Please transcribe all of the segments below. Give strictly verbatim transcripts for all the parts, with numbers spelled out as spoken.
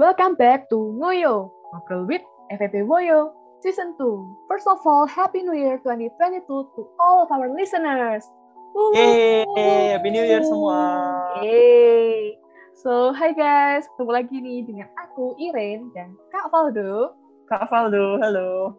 Welcome back to Ngoyo, Ngobrol with F E B Woyo, Season two. First of all, Happy New Year twenty twenty-two to all of our listeners. Yeay, Happy New Year semua. Yeay. So, hi guys, ketemu lagi nih dengan aku, Iren, dan Kak Valdo. Kak Valdo, halo.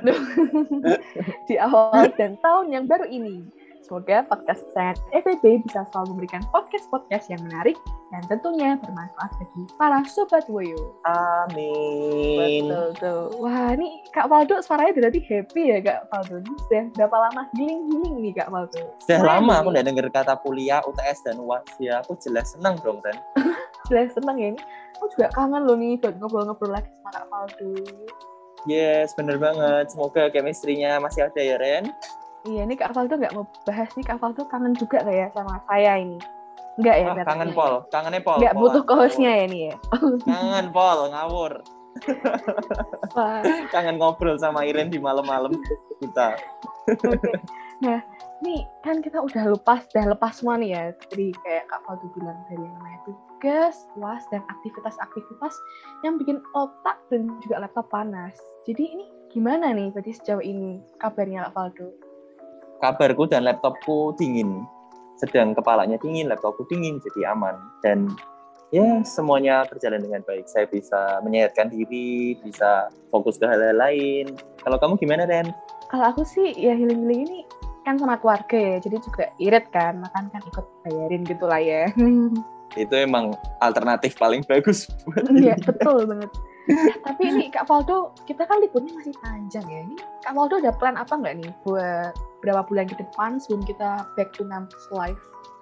Di awal dan tahun yang baru ini. Semoga podcast kesayangan F E B bisa selalu memberikan podcast-podcast yang menarik dan tentunya bermanfaat bagi para Sobat Woyo. Amin. Betul tuh. Wah, ini Kak Valdo suaranya berarti happy ya Kak Valdo. Ini sudah berapa lama healing-healing nih Kak Valdo? Sudah Keren lama nih. aku udah denger kata kuliah, U T S, dan U A S. Ya, aku jelas senang dong, Ren. Jelas seneng ya ini. Aku juga kangen loh nih buat ngobrol-ngobrol lagi sama Kak Valdo. Yes, bener banget. Semoga chemistry-nya masih ada ya, Ren. Iya, ini Kak Valdo nggak mau bahas nih. Kak Valdo kangen juga nggak ya sama saya ini? Nggak ya? Wah, katanya kangen ya? Pol. Kangennya Pol. Nggak Polan, butuh co-hostnya ngawur. ya nih ya? Kangen Pol, ngawur. Wah, Kangen ngobrol sama Iren di malam-malam kita. oke. Nah, nih kan kita udah lepas, udah lepas semua nih ya. Jadi kayak Kak Valdo bilang dari yang namanya tugas, U A S, dan aktivitas-aktivitas yang bikin otak dan juga laptop panas. Jadi ini gimana nih berarti sejauh ini kabarnya Kak Valdo? Kabarku dan laptopku dingin. Sedang kepalanya dingin, laptopku dingin, jadi aman. Dan ya semuanya berjalan dengan baik. Saya bisa menyehatkan diri, bisa fokus ke hal-hal lain. Kalau kamu gimana, Ren? Kalau aku sih ya healing-healing ini kan sama keluarga ya, jadi juga irit kan, makan kan ikut bayarin gitu lah ya. Itu emang alternatif paling bagus buat Iya, ini. betul banget. Eh, tapi ini Kak Valdo, kita kan liburnya masih panjang ya. Ini Kak Valdo ada plan apa nggak nih buat berapa bulan ke depan sebelum kita back to campus life?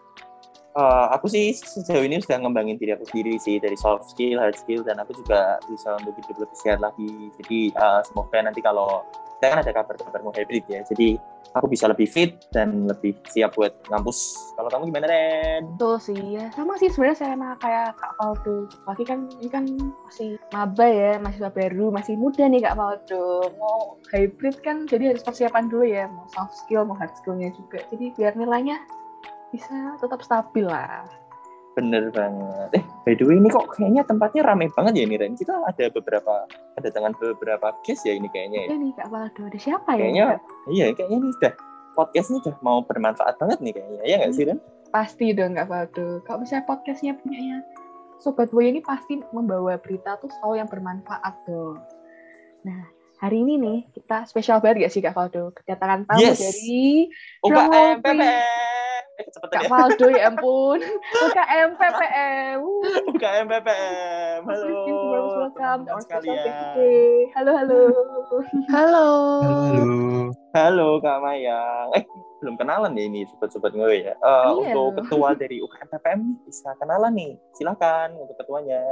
Uh, aku sih sejauh ini sudah ngembangin diri aku sendiri sih, dari soft skill, hard skill, dan aku juga bisa untuk hidup lebih sehat lagi. Jadi uh, semoga nanti kalau saya kan ada kabar-kabar mau hybrid ya, jadi aku bisa lebih fit dan lebih siap buat ngampus. Kalau kamu gimana, Ren? Betul sih ya, sama sih sebenarnya saya sama kayak Kak Valdo. Lagi kan ini kan masih maba ya, mahasiswa baru, masih muda nih Kak Valdo. Mau hybrid kan jadi harus persiapan dulu ya, mau soft skill, mau hard skillnya juga. Jadi biar nilainya bisa tetap stabil lah. Bener banget. Eh, by the way, ini kok kayaknya tempatnya ramai banget ya ini, Ren. Kita ada beberapa, kedatangan beberapa guest ya ini kayaknya. Oke Ya. nih Kak Valdo, ada siapa ya? Kayaknya, Kak? iya, kayaknya ini sudah, podcastnya udah mau bermanfaat banget nih kayaknya. Iya nggak sih, Ren? Pasti dong Kak Valdo. Kalau misalnya podcastnya punyanya Sobat Woyo ini pasti membawa berita tuh selalu yang bermanfaat dong. Nah, hari ini nih kita spesial banget gak sih Kak Valdo? Kedatangan tamu Yes. dari U K M P P M. Eh, cepetan Kak ya. Valdo, ya ampun. U K M P P M. U K M P P M. Halo. Welcome teman-teman to our special sekalian. guest today. Halo, halo. Halo. Halo. Halo Kak Mayang. Eh, belum kenalan ya ini sobat-sobat gue ya. Uh, Iya. Untuk ketua dari U K M P P M bisa kenalan nih. Silakan untuk ketuanya.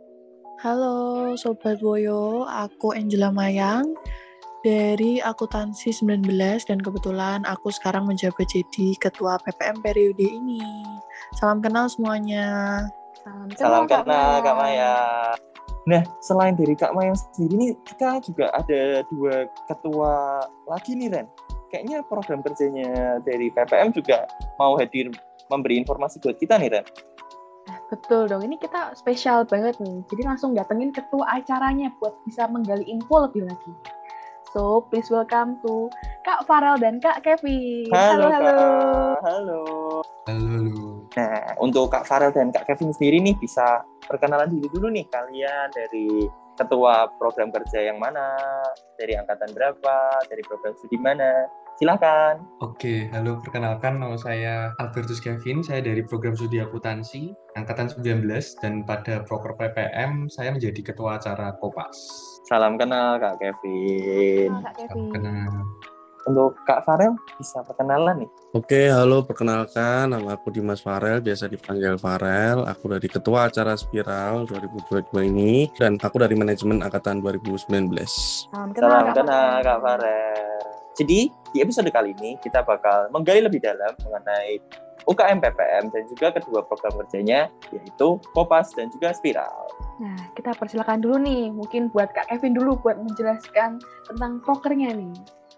Halo Sobat Woyo, aku Angela Mayang dari akuntansi sembilan belas dan kebetulan aku sekarang menjabat jadi ketua P P M periode ini. Salam kenal semuanya. Salam kenal, Salam Kak kenal Kak Maya. Mayang. Nah, selain dari Kak Mayang sendiri nih, kita juga ada dua ketua lagi nih, Ren. Kayaknya program kerjanya dari P P M juga mau hadir memberi informasi buat kita nih, Ren. Nah, betul dong, ini kita spesial banget nih. Jadi langsung datengin ketua acaranya buat bisa menggali info lebih lagi. So, please welcome to Kak Farel dan Kak Kevin. Halo, halo. Kak. Halo. Halo, halo. Nah, untuk Kak Farel dan Kak Kevin sendiri nih bisa perkenalan diri dulu nih kalian dari ketua program kerja yang mana, dari angkatan berapa, dari program studi mana. Silakan. Oke, halo, perkenalkan nama saya Albertus Kevin, saya dari program studi akuntansi angkatan sembilan belas dan pada proker P P M saya menjadi ketua acara Kopas. Salam kenal Kak Kevin. Halo, Kak Salam Kevin. kenal. Untuk Kak Farel bisa perkenalan nih. Oke, halo, perkenalkan, nama aku Dimas Farel, biasa dipanggil Farel. Aku dari Ketua Acara Spiral dua ribu dua puluh dua ini, dan aku dari Manajemen Angkatan dua ribu sembilan belas. Salam kenal, Salam Kak kenal Farel. Kak Farel. Jadi di episode kali ini kita bakal menggali lebih dalam mengenai U K M P P M dan juga kedua program kerjanya yaitu Kopas dan juga Spiral. Nah, kita persilakan dulu nih, mungkin buat Kak Kevin dulu buat menjelaskan tentang prokernya nih.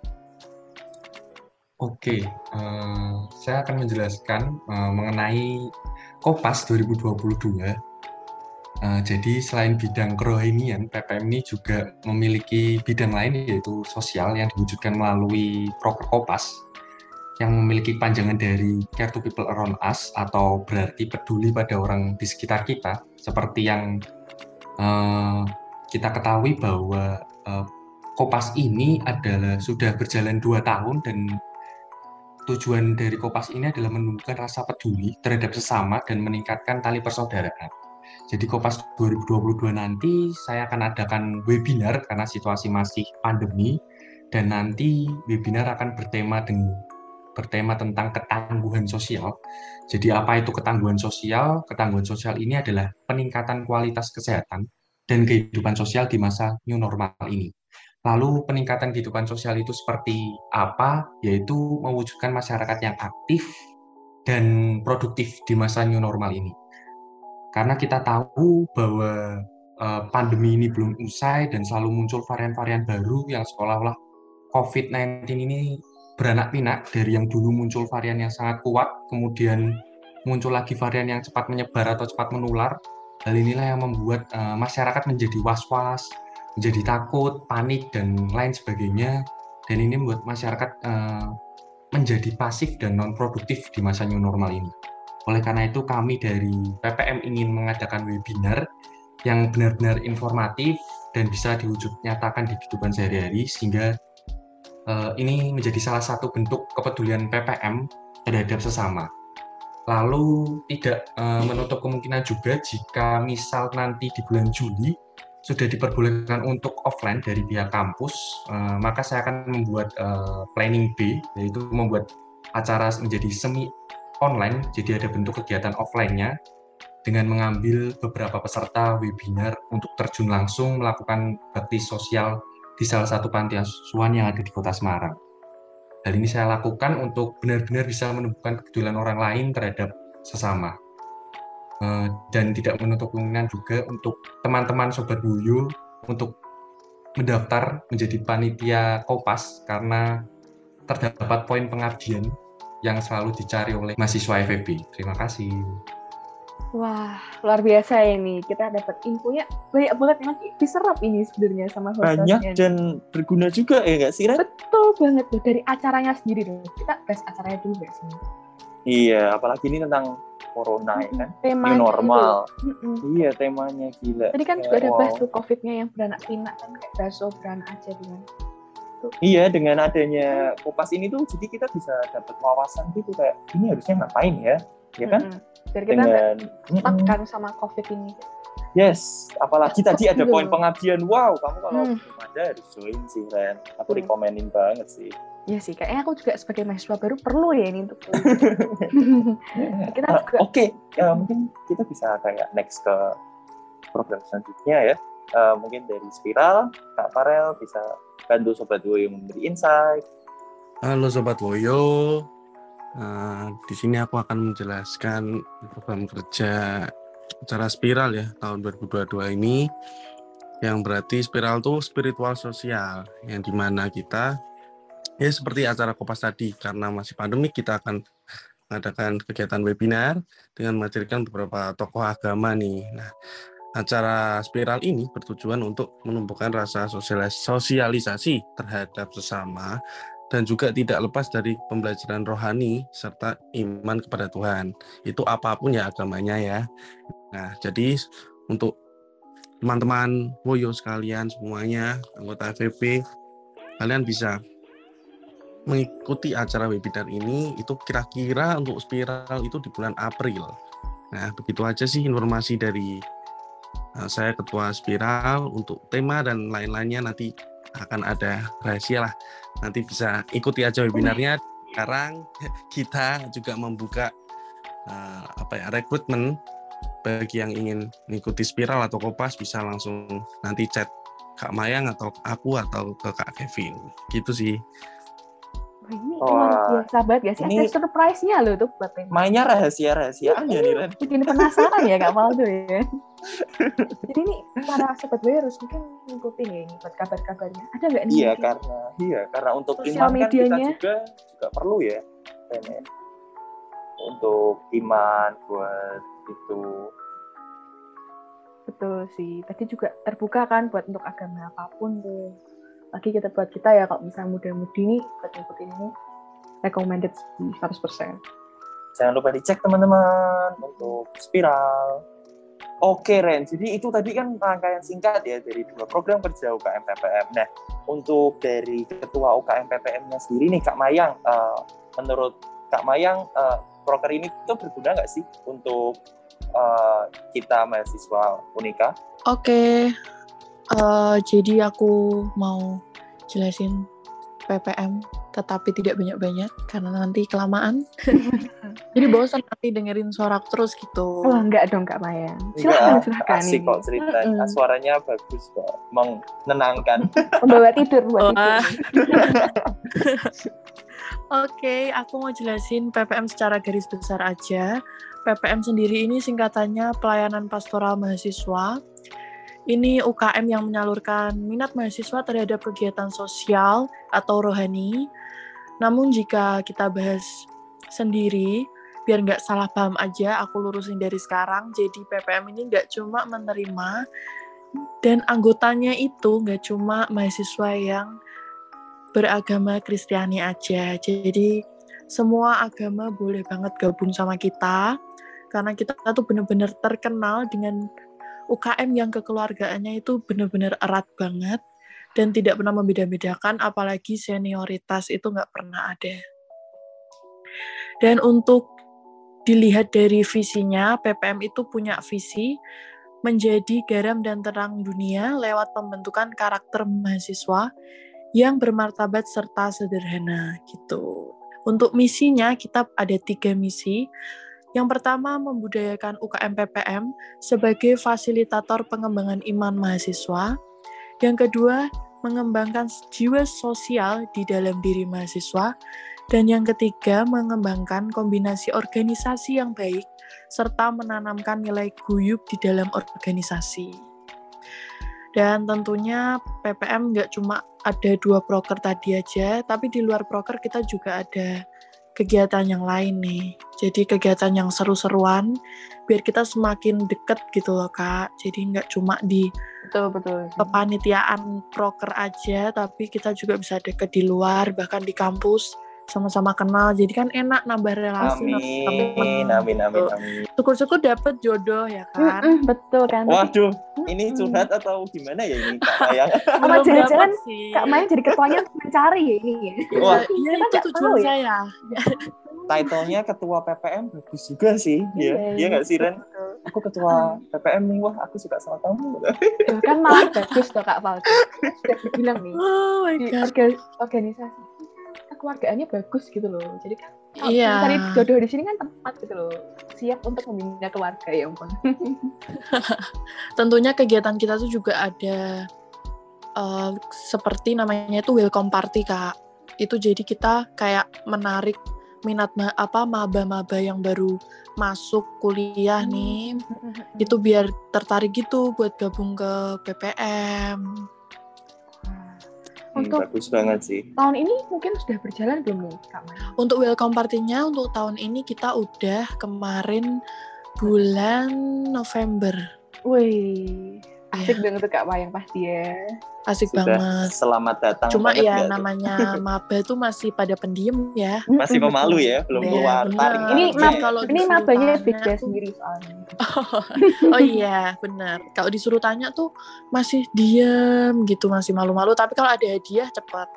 Oke, eh, saya akan menjelaskan eh, mengenai Kopas dua ribu dua puluh dua. Uh, jadi selain bidang kerohanian, P P M ini juga memiliki bidang lain yaitu sosial yang diwujudkan melalui proker Kopas yang memiliki panjangan dari Care to People Around Us atau berarti peduli pada orang di sekitar kita, seperti yang uh, kita ketahui bahwa uh, Kopas ini adalah sudah berjalan dua tahun dan tujuan dari Kopas ini adalah menumbuhkan rasa peduli terhadap sesama dan meningkatkan tali persaudaraan. Jadi Kopas dua ribu dua puluh dua nanti saya akan adakan webinar karena situasi masih pandemi, dan nanti webinar akan bertema dengan bertema tentang ketangguhan sosial. Jadi apa itu ketangguhan sosial? Ketangguhan sosial ini adalah peningkatan kualitas kesehatan dan kehidupan sosial di masa new normal ini. Lalu peningkatan kehidupan sosial itu seperti apa? Yaitu mewujudkan masyarakat yang aktif dan produktif di masa new normal ini. Karena kita tahu bahwa uh, pandemi ini belum usai dan selalu muncul varian-varian baru yang seolah-olah covid sembilan belas ini beranak pinak dari yang dulu muncul varian yang sangat kuat, kemudian muncul lagi varian yang cepat menyebar atau cepat menular. Hal inilah yang membuat uh, masyarakat menjadi was-was, menjadi takut, panik, dan lain sebagainya. Dan ini membuat masyarakat uh, menjadi pasif dan non-produktif di masa new normal ini. Oleh karena itu kami dari P P M ingin mengadakan webinar yang benar-benar informatif dan bisa diwujud nyatakan di kehidupan sehari-hari, sehingga uh, ini menjadi salah satu bentuk kepedulian P P M terhadap sesama. Lalu tidak uh, menutup kemungkinan juga jika misal nanti di bulan Juli sudah diperbolehkan untuk offline dari pihak kampus, uh, maka saya akan membuat uh, planning B, yaitu membuat acara menjadi semi online, jadi ada bentuk kegiatan offline-nya dengan mengambil beberapa peserta webinar untuk terjun langsung melakukan bakti sosial di salah satu panti asuhan yang ada di Kota Semarang. Hal ini saya lakukan untuk benar-benar bisa menumbuhkan kepedulian orang lain terhadap sesama. Dan tidak menutup kemungkinan juga untuk teman-teman Sobat Buyo untuk mendaftar menjadi panitia Kopas karena terdapat poin pengabdian yang selalu dicari oleh mahasiswa F E B. Terima kasih. Wah, luar biasa ini. Kita dapat infonya banyak banget. Nanti diserap ini sebenarnya sama hostnya. Banyak dan berguna juga ya nggak sih, Ren? Betul banget tuh. Dari acaranya sendiri dong. Kita bahas acaranya dulu nggak sih? Iya, apalagi ini tentang corona ya kan? Tema New normal. Gitu. Iya, temanya gila. Tadi kan ya, juga ada wow. bahas tuh COVID-nya yang beranak pinak kan, kayak bakso beranak aja dengan. Iya, dengan adanya Kopas ini tuh jadi kita bisa dapat wawasan gitu kayak ini harusnya ngapain ya, ya kan? Mm-hmm. Jadi kita dengan tekan sama COVID ini. Yes, apalagi tadi ada poin pengabdian. Wow, kamu kalau hmm. belum ada harus join sih, Ren. Aku hmm. rekomenin banget sih. Iya sih, kayaknya aku juga sebagai mahasiswa baru perlu ya ini untuk kita uh, juga. Oke, okay. ya, mungkin kita bisa kayak next ke program selanjutnya ya. Uh, mungkin dari Spiral, Kak Farel bisa bantu Sobat Woyo memberi insight. Halo Sobat Woyo, uh, di sini aku akan menjelaskan program kerja acara Spiral ya tahun dua ribu dua puluh dua ini, yang berarti Spiral itu spiritual sosial, yang dimana kita ya seperti acara Kopas tadi, karena masih pandemi kita akan mengadakan kegiatan webinar dengan menghadirkan beberapa tokoh agama nih. Nah, acara Spiral ini bertujuan untuk menumbuhkan rasa sosialisasi terhadap sesama dan juga tidak lepas dari pembelajaran rohani serta iman kepada Tuhan. Itu apapun ya agamanya ya. Nah, jadi untuk teman-teman Woyo sekalian semuanya, anggota F E B, kalian bisa mengikuti acara webinar ini itu kira-kira untuk Spiral itu di bulan April. Nah, begitu aja sih informasi dari uh, saya Ketua Spiral. Untuk tema dan lain-lainnya nanti akan ada rahasia lah. Nanti bisa ikuti aja webinarnya. Sekarang kita juga membuka uh, apa ya rekrutmen bagi yang ingin mengikuti Spiral atau Kopas, bisa langsung nanti chat Kak Mayang atau aku atau ke Kak Kevin. Gitu sih. Wah, ini luar biasa banget ya sih. Ada surprise-nya loh tuh buat tema. Mainnya rahasia-rahasiaan ya nih, Ren. Bikin penasaran ya Kak Valdo ya. Jadi ini para Sobat Woyo harus mungkin ngikutin ya ini buat kabar-kabarnya. Ada nggak nih? Iya, mungkin? karena iya karena untuk Sosial iman kan medianya. kita juga juga perlu ya, Ren, ya. Untuk iman buat itu Betul sih. Tadi juga terbuka kan buat untuk agama apapun tuh. Lagi kita buat kita ya kalau misalnya muda-mudi nih buat ngikutin ini recommended sih seratus persen. Jangan lupa dicek teman-teman untuk Spiral. Oke Ren, jadi itu tadi kan rangkaian singkat ya dari dua program kerja U K M P P M. Nah, untuk dari ketua U K M P P M-nya sendiri nih Kak Mayang, uh, menurut Kak Mayang, uh, proker ini tuh berguna nggak sih untuk uh, kita mahasiswa Unika? Oke, uh, jadi aku mau jelasin P P M, tetapi tidak banyak-banyak karena nanti kelamaan. Jadi bosan nanti dengerin suara terus gitu. Oh enggak dong Kak Mayang. Silahkan, silahkan. Asik kok ceritanya, mm-hmm. Suaranya bagus kok, menenangkan. Membawa tidur buat oh, tidur. Oke, aku mau jelasin P P M secara garis besar aja. P P M sendiri ini singkatannya Pelayanan Pastoral Mahasiswa. Ini U K M yang menyalurkan minat mahasiswa terhadap kegiatan sosial atau rohani. Namun jika kita bahas sendiri, biar nggak salah paham aja, aku lurusin dari sekarang. Jadi P P M ini nggak cuma menerima, dan anggotanya itu nggak cuma mahasiswa yang beragama Kristiani aja. Jadi semua agama boleh banget gabung sama kita, karena kita tuh benar-benar terkenal dengan U K M yang kekeluargaannya itu benar-benar erat banget dan tidak pernah membeda-bedakan, apalagi senioritas itu nggak pernah ada. Dan untuk dilihat dari visinya, P P M itu punya visi menjadi garam dan terang dunia lewat pembentukan karakter mahasiswa yang bermartabat serta sederhana gitu. Untuk misinya kita ada tiga misi. Yang pertama, membudayakan U K M P P M sebagai fasilitator pengembangan iman mahasiswa. Yang kedua, mengembangkan jiwa sosial di dalam diri mahasiswa. Dan yang ketiga, mengembangkan kombinasi organisasi yang baik, serta menanamkan nilai guyub di dalam organisasi. Dan tentunya P P M nggak cuma ada dua proker tadi aja, tapi di luar proker kita juga ada kegiatan yang lain nih. Jadi kegiatan yang seru-seruan, biar kita semakin deket gitu loh Kak. Jadi nggak cuma di betul, betul. kepanitiaan proker aja, tapi kita juga bisa deket di luar, bahkan di kampus, sama-sama kenal. Jadi kan enak nambah relasi. Amin, amin, amin, amin. Syukur-syukur dapet jodoh ya kan. Mm-mm, betul kan. Waduh, ini curhat atau gimana ya ini Kak Mayang? Apa jangan-jangan Kak Mayang jadi ketuanya mencari ya ini ya? Wah, iya itu tujuan ya? saya. Title-nya ketua P P M bagus juga sih. Iya, iya nggak sih Ren? Aku ketua P P M nih, wah aku suka sama kamu. Tuh, kan malah bagus tuh Kak Val. Sudah bilang nih. Oh my God. Di organisasi keluargaannya bagus gitu loh. Jadi kan kalau iya. cari jodoh di sini kan tempat gitu loh. Siap untuk membina keluarga ya ampun. Tentunya kegiatan kita tuh juga ada uh, seperti namanya itu welcome party Kak. Itu jadi kita kayak menarik minat ma- apa maba-maba yang baru masuk kuliah nih. Itu biar tertarik gitu buat gabung ke P P M. Untuk bagus banget sih. Tahun ini mungkin sudah berjalan belum nih Kak Maya? Untuk welcome party-nya untuk tahun ini kita udah kemarin bulan November. Wih, asik banget tuh Kak Mayang pasti ya. Asik sudah banget. Selamat datang. Cuma ya namanya maba tuh masih pada pendiam ya. Masih pemalu ya, belum keluar taring. Ini mab- kalau ini mabanya beda tuh, sendiri soalnya. Oh, oh iya, benar. Kalau disuruh tanya tuh masih diam gitu, masih malu-malu. Tapi kalau ada hadiah cepat.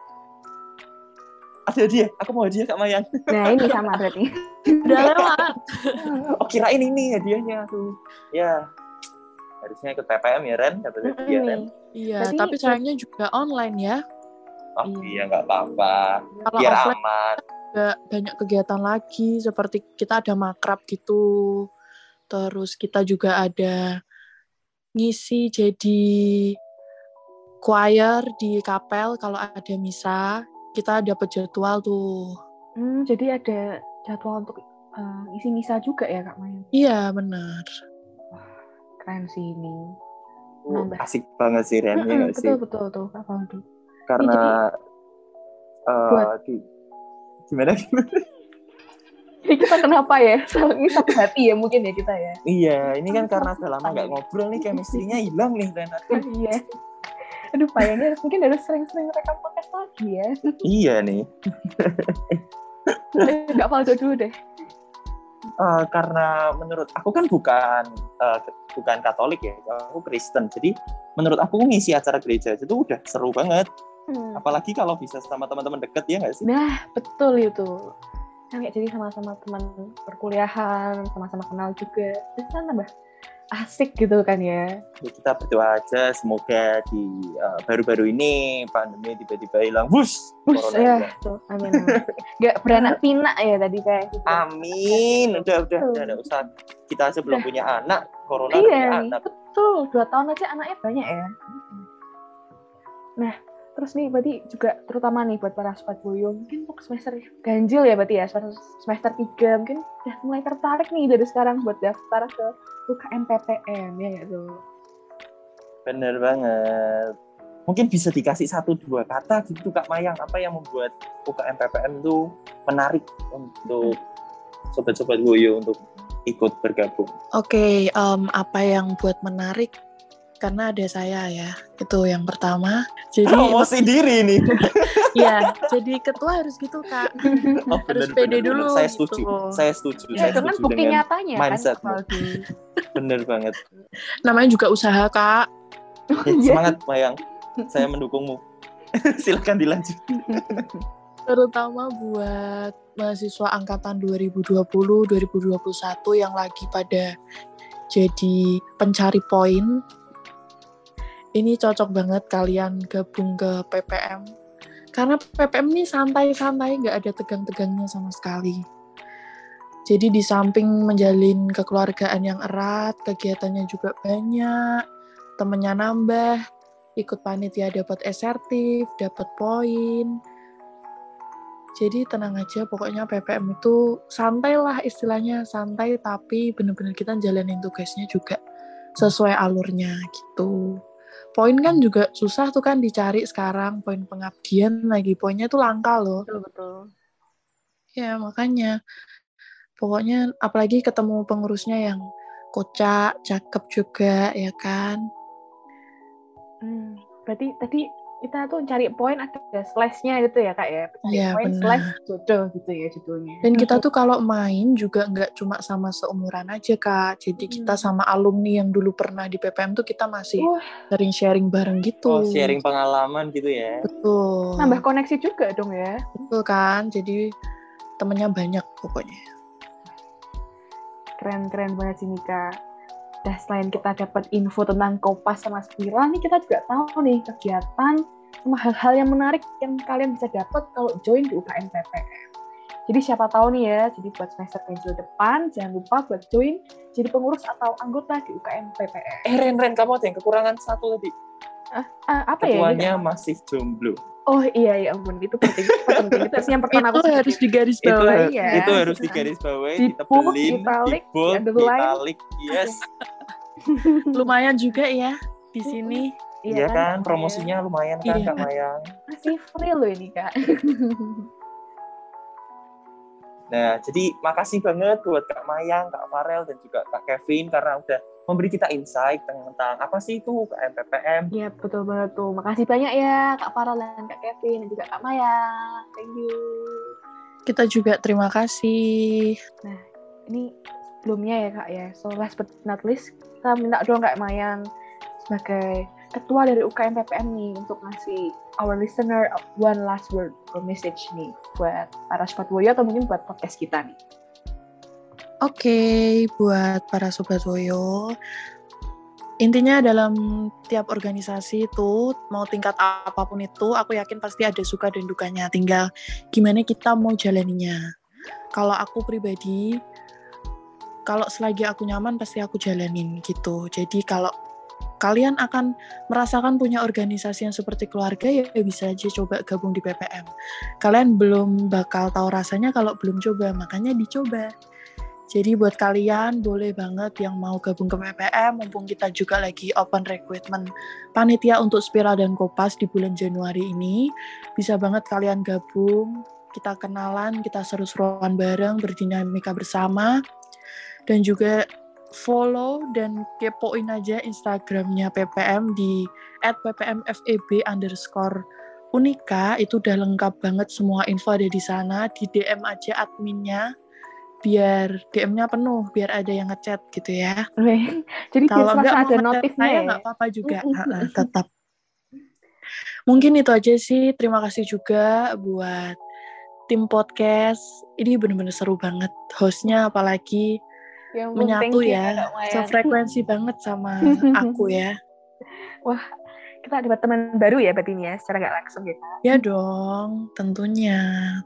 Ada hadiah? Aku mau hadiah Kak Mayang. Nah ini sama berarti. Udah lewat. Oh kirain ini hadiahnya tuh. Ya. Harusnya ikut P P M ya Ren, dapat hadiah Ren. Iya, Berarti, tapi sayangnya juga online ya. Oh iya nggak apa-apa. Kalau Biar offline aman. juga banyak kegiatan lagi, seperti kita ada makrab gitu. Terus kita juga ada ngisi jadi choir di kapel kalau ada misa. Kita dapat jadwal tuh. Hmm, jadi ada jadwal untuk uh, isi misa juga ya Kak Maya? Iya, benar. Keren sih ini. Oh, asik banget sih Ren, ya nggak sih? Betul, betul, betul. Kak Valdo. Karena Jadi, uh, buat... di, gimana gimana? Ini kita kenapa ya? Ini satu hati ya mungkin ya kita ya. Iya, ini kan karena udah lama nggak ngobrol nih, chemistry-nya hilang nih Renat. Iya. Aduh, payahnya harus mungkin harus sering-sering rekam podcast lagi ya. Iya nih. Nggak Valdo dulu deh. Uh, karena menurut aku kan bukan uh, bukan Katolik ya, aku Kristen. Jadi menurut aku ngisi acara gereja itu udah seru banget. Hmm. Apalagi kalau bisa sama teman-teman deket ya nggak sih? Nah, betul itu. Kan kayak jadi sama-sama teman perkuliahan, sama-sama kenal juga. Terus kan tambah asik gitu kan ya. Ya kita berdoa aja semoga di uh, baru-baru ini pandemi tiba-tiba hilang. Wush, Wush ya, tuh, amin. Gak beranak pinak ya tadi kayak gitu. Amin. Udah udah udah ada usah. Kita aja belum udah punya anak, corona iya, udah punya anak. Betul, dua tahun aja anaknya banyak ya. Nah, terus nih berarti juga terutama nih buat para sobat Boyo, mungkin untuk semester ganjil ya berarti ya, semester, semester tiga mungkin udah mulai tertarik nih dari sekarang buat daftar ke U K M P P M ya nggak tuh? Bener banget. Mungkin bisa dikasih satu dua kata gitu Kak Mayang, apa yang membuat U K M P P M itu menarik untuk sobat-sobat Boyo untuk ikut bergabung? Oke, okay, um, apa yang buat menarik? Karena ada saya ya, itu yang pertama. Jadi promosi diri nih. Iya, jadi ketua harus gitu Kak. Oh, harus bener, pede bener, dulu. Bener. Saya gitu. setuju. Saya setuju. Ya, saya itu kan setuju bukti nyatanya mindset kan. Bener banget. Namanya juga usaha Kak. Ya, semangat Mayang. Saya mendukungmu. Silakan dilanjut. Terutama buat mahasiswa angkatan dua ribu dua puluh dua ribu dua puluh satu yang lagi pada jadi pencari poin. Ini cocok banget kalian gabung ke P P M. Karena P P M ini santai-santai, nggak ada tegang-tegangnya sama sekali. Jadi di samping menjalin kekeluargaan yang erat, kegiatannya juga banyak, temennya nambah, ikut panitia dapat esertif, dapat poin. Jadi tenang aja, pokoknya P P M itu santai lah istilahnya, santai tapi benar-benar kita jalanin tugasnya juga sesuai alurnya gitu. Poin kan juga susah tuh kan dicari sekarang, poin pengabdian lagi, poinnya tuh langka loh. Betul-betul. Ya makanya, pokoknya apalagi ketemu pengurusnya yang kocak, cakep juga, ya kan. Hmm, berarti tadi kita tuh cari poin ada slash-nya gitu ya Kak ya. Cari ya, poin benar. slash jodoh gitu ya judulnya. Dan kita tuh kalau main juga nggak cuma sama seumuran aja Kak. Jadi hmm. kita sama alumni yang dulu pernah di P P M tuh kita masih uh. sering sharing bareng gitu. Oh, sharing pengalaman gitu ya. Betul. Nambah koneksi juga dong ya. Betul kan. Jadi temennya banyak pokoknya. Keren-keren banget sih Nika. Nah, selain kita dapat info tentang Kopas sama Spiral, nih kita juga tahu nih kegiatan sama hal-hal yang menarik yang kalian bisa dapat kalau join di U K M P P M. Jadi siapa tahu nih ya, jadi buat semester ganjil depan, jangan lupa buat join jadi pengurus atau anggota di U K M P P M. Eh Ren, Ren, kamu ada yang kekurangan satu tadi. Uh, uh, apa Ketuanya ya? Ketuanya masih jomblo. Oh iya, ya ampun, itu penting. Itu penting. Itu yang pertama itu aku harus digaris bawahi ya. Itu harus digaris bawahi, di ditebelin, italic, di bold, di italic, yes. Lumayan juga ya di sini. Iya kan, promosinya lumayan kan iya. Kak Mayang. Masih free loh ini Kak. Nah, jadi makasih banget buat Kak Mayang, Kak Farel, dan juga Kak Kevin karena udah memberi kita insight tentang apa sih itu U K M P P M. Iya, betul banget tuh. Makasih banyak ya Kak Farel dan Kak Kevin dan juga Kak Mayang. Thank you. Kita juga terima kasih. Nah, ini sebelumnya ya Kak ya. So last but not least, kita minta dong Kak Mayang sebagai ketua dari U K M P P M nih untuk ngasih our listener one last word or message nih buat para sobat Woyo atau mungkin buat podcast kita nih. Oke, okay, buat para sobat Woyo, intinya dalam tiap organisasi itu mau tingkat apapun itu, aku yakin pasti ada suka dan dukanya. Tinggal gimana kita mau jalaninya. Kalau aku pribadi, kalau selagi aku nyaman pasti aku jalanin gitu. Jadi kalau kalian akan merasakan punya organisasi yang seperti keluarga, ya bisa aja coba gabung di P P M. Kalian belum bakal tahu rasanya kalau belum coba, makanya dicoba. Jadi buat kalian boleh banget yang mau gabung ke P P M, mumpung kita juga lagi open recruitment panitia untuk Spiral dan Kopas di bulan Januari ini, bisa banget kalian gabung. kita kenalan, kita seru-seruan bareng, berdinamika bersama. Dan juga follow dan kepoin aja Instagramnya P P M di at p p m f e b underscore unika. Itu udah lengkap banget, semua info ada di sana. Di D M aja adminnya, biar D M-nya penuh, biar ada yang ngechat gitu ya. Jadi kalau biar nggak ada mau notifnya saya ya? nggak apa-apa juga. Ha-ha, tetap. Mungkin itu aja sih. Terima kasih juga buat tim podcast. Ini bener-bener seru banget. Hostnya apalagi Yang penting menyatu kita ya. nggak main. Sefrekuensi banget sama aku ya. Wah, kita dapat teman baru ya berarti ini ya, secara nggak langsung kita. Ya dong, tentunya.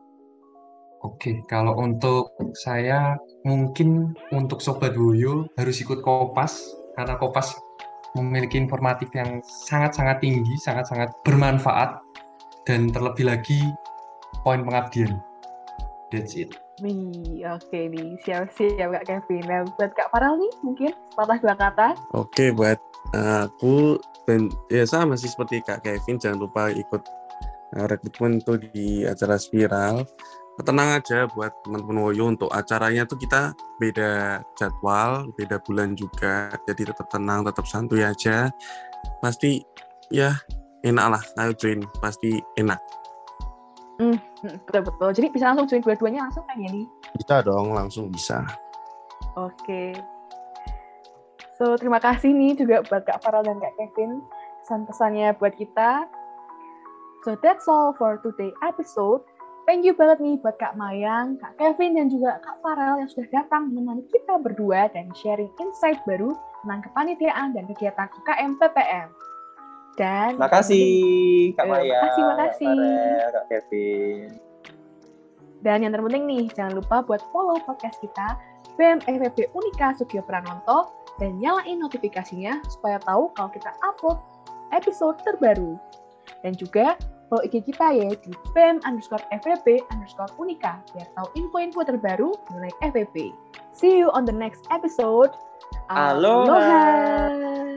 Oke, kalau untuk saya mungkin untuk Sobat Woyo harus ikut Kopas, karena Kopas memiliki informatif yang sangat-sangat tinggi, sangat-sangat bermanfaat, dan terlebih lagi poin pengabdian. That's it. Wih, oke nih, siap-siap Kak Kevin. Nah, buat Kak Farel nih, mungkin sepatah dua kata. Oke, buat uh, aku dan ya sama sih seperti Kak Kevin, jangan lupa ikut uh, rekrutmen tuh di acara Spiral. Tenang aja buat teman-teman Woyo, untuk acaranya tuh kita beda jadwal, beda bulan juga, jadi tetap tenang, tetap santuy aja. Pasti ya enak lah, ayo join, pasti enak. Hmm, betul-betul. Jadi bisa langsung join dua-duanya langsung kan ya nih? Bisa dong, langsung bisa. Oke. So, terima kasih nih juga buat Kak Farel dan Kak Kevin, pesan-pesannya buat kita. So, that's all for today episode. Thank you banget nih buat Kak Mayang, Kak Kevin, dan juga Kak Farel yang sudah datang menemani kita berdua dan sharing insight baru tentang kepanitiaan dan kegiatan U K M P P M. Dan Makasih Kak Eh, Maya, makasih, makasih. Kak Farel, Kak Kevin. Dan yang terpenting nih, jangan lupa buat follow podcast kita B M F E B Unika Sugio Pranoto dan nyalain notifikasinya supaya tahu kalau kita upload episode terbaru. Dan juga follow I G kita ya di B M underscore F E B underscore Unika biar tahu info-info terbaru mengenai F E B. See you on the next episode. Aloha. Aloha.